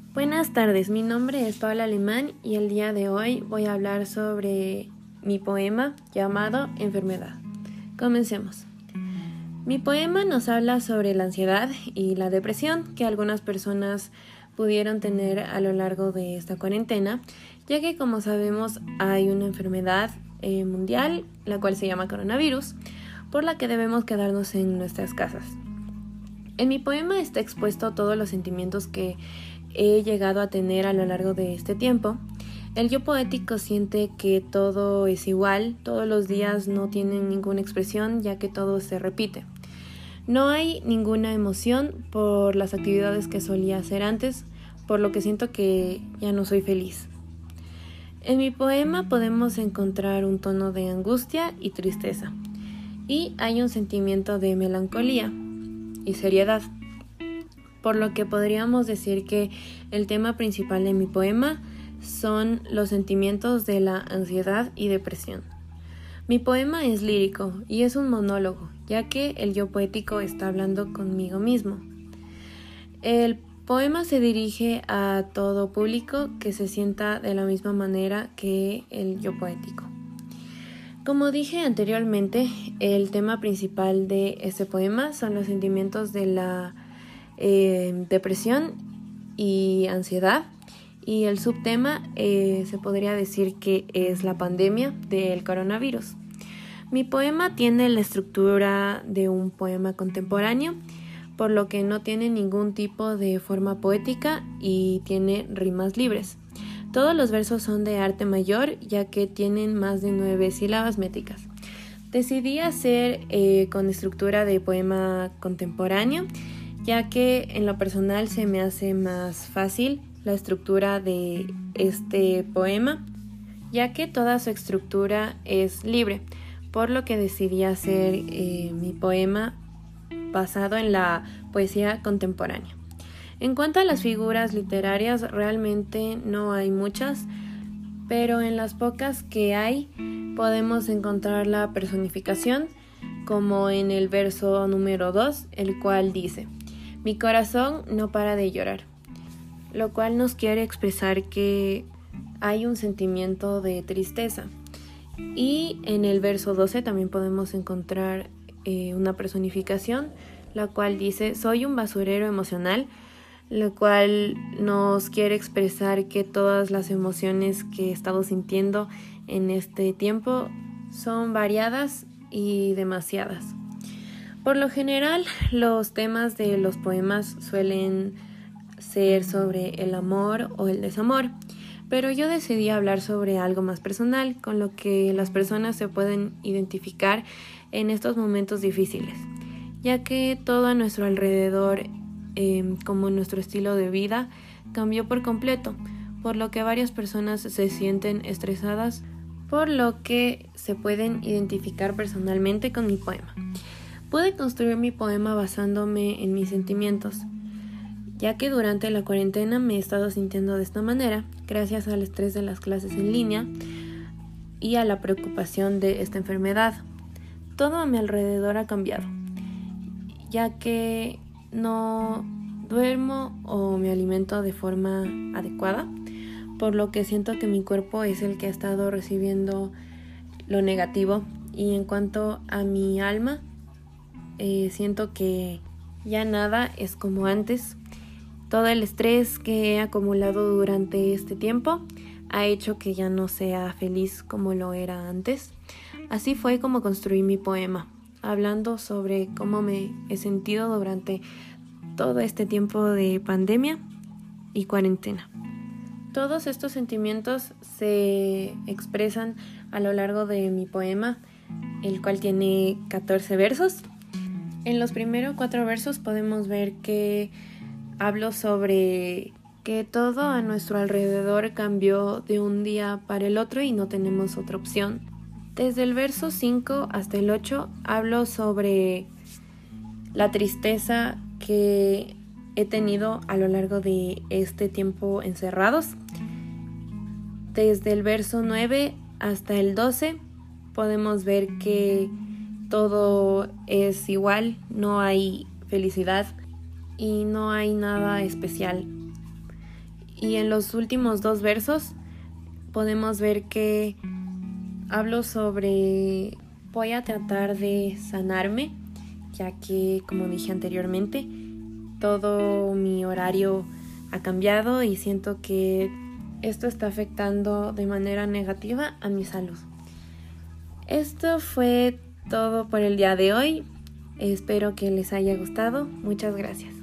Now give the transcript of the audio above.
Buenas tardes, mi nombre es Paula Alemán y el día de hoy voy a hablar sobre mi poema llamado Enfermedad. Comencemos. Mi poema nos habla sobre la ansiedad y la depresión que algunas personas pudieron tener a lo largo de esta cuarentena, ya que como sabemos hay una enfermedad mundial, la cual se llama coronavirus, por la que debemos quedarnos en nuestras casas. En mi poema está expuesto todos los sentimientos que he llegado a tener a lo largo de este tiempo. El yo poético siente que todo es igual, todos los días no tienen ninguna expresión ya que todo se repite. No hay ninguna emoción por las actividades que solía hacer antes, por lo que siento que ya no soy feliz. En mi poema podemos encontrar un tono de angustia y tristeza, y hay un sentimiento de melancolía y seriedad, por lo que podríamos decir que el tema principal de mi poema son los sentimientos de la ansiedad y depresión. Mi poema es lírico y es un monólogo, ya que el yo poético está hablando conmigo mismo. El poema se dirige a todo público que se sienta de la misma manera que el yo poético. Como dije anteriormente, el tema principal de este poema son los sentimientos de la depresión y ansiedad, y el subtema se podría decir que es la pandemia del coronavirus. Mi poema tiene la estructura de un poema contemporáneo, por lo que no tiene ningún tipo de forma poética y tiene rimas libres. Todos los versos son de arte mayor, ya que tienen más de 9 sílabas métricas. Decidí hacer con estructura de poema contemporáneo, ya que en lo personal se me hace más fácil la estructura de este poema, ya que toda su estructura es libre, por lo que decidí hacer mi poema basado en la poesía contemporánea. En cuanto a las figuras literarias, realmente no hay muchas, pero en las pocas que hay podemos encontrar la personificación, como en el verso número 2, el cual dice: mi corazón no para de llorar, lo cual nos quiere expresar que hay un sentimiento de tristeza. Y en el verso 12 también podemos encontrar una personificación, la cual dice: soy un basurero emocional, lo cual nos quiere expresar que todas las emociones que he estado sintiendo en este tiempo son variadas y demasiadas. Por lo general, los temas de los poemas suelen ser sobre el amor o el desamor, pero yo decidí hablar sobre algo más personal, con lo que las personas se pueden identificar en estos momentos difíciles, ya que todo a nuestro alrededor, como nuestro estilo de vida, cambió por completo, por lo que varias personas se sienten estresadas, por lo que se pueden identificar personalmente con mi poema. Pude construir mi poema basándome en mis sentimientos, ya que durante la cuarentena me he estado sintiendo de esta manera, gracias al estrés de las clases en línea y a la preocupación de esta enfermedad. Todo a mi alrededor ha cambiado, ya que no duermo o me alimento de forma adecuada, por lo que siento que mi cuerpo es el que ha estado recibiendo lo negativo. Y en cuanto a mi alma, siento que ya nada es como antes. Todo el estrés que he acumulado durante este tiempo ha hecho que ya no sea feliz como lo era antes. Así fue como construí mi poema, hablando sobre cómo me he sentido durante todo este tiempo de pandemia y cuarentena. Todos estos sentimientos se expresan a lo largo de mi poema, el cual tiene 14 versos. En los primeros 4 versos podemos ver que hablo sobre que todo a nuestro alrededor cambió de un día para el otro y no tenemos otra opción. Desde el verso 5 hasta el 8 hablo sobre la tristeza que he tenido a lo largo de este tiempo encerrados. Desde el verso 9 hasta el 12 podemos ver que todo es igual, no hay felicidad y no hay nada especial. Y en los últimos 2 versos podemos ver que hablo sobre voy a tratar de sanarme, ya que, como dije anteriormente, todo mi horario ha cambiado y siento que esto está afectando de manera negativa a mi salud. Esto fue todo por el día de hoy. Espero que les haya gustado. Muchas gracias.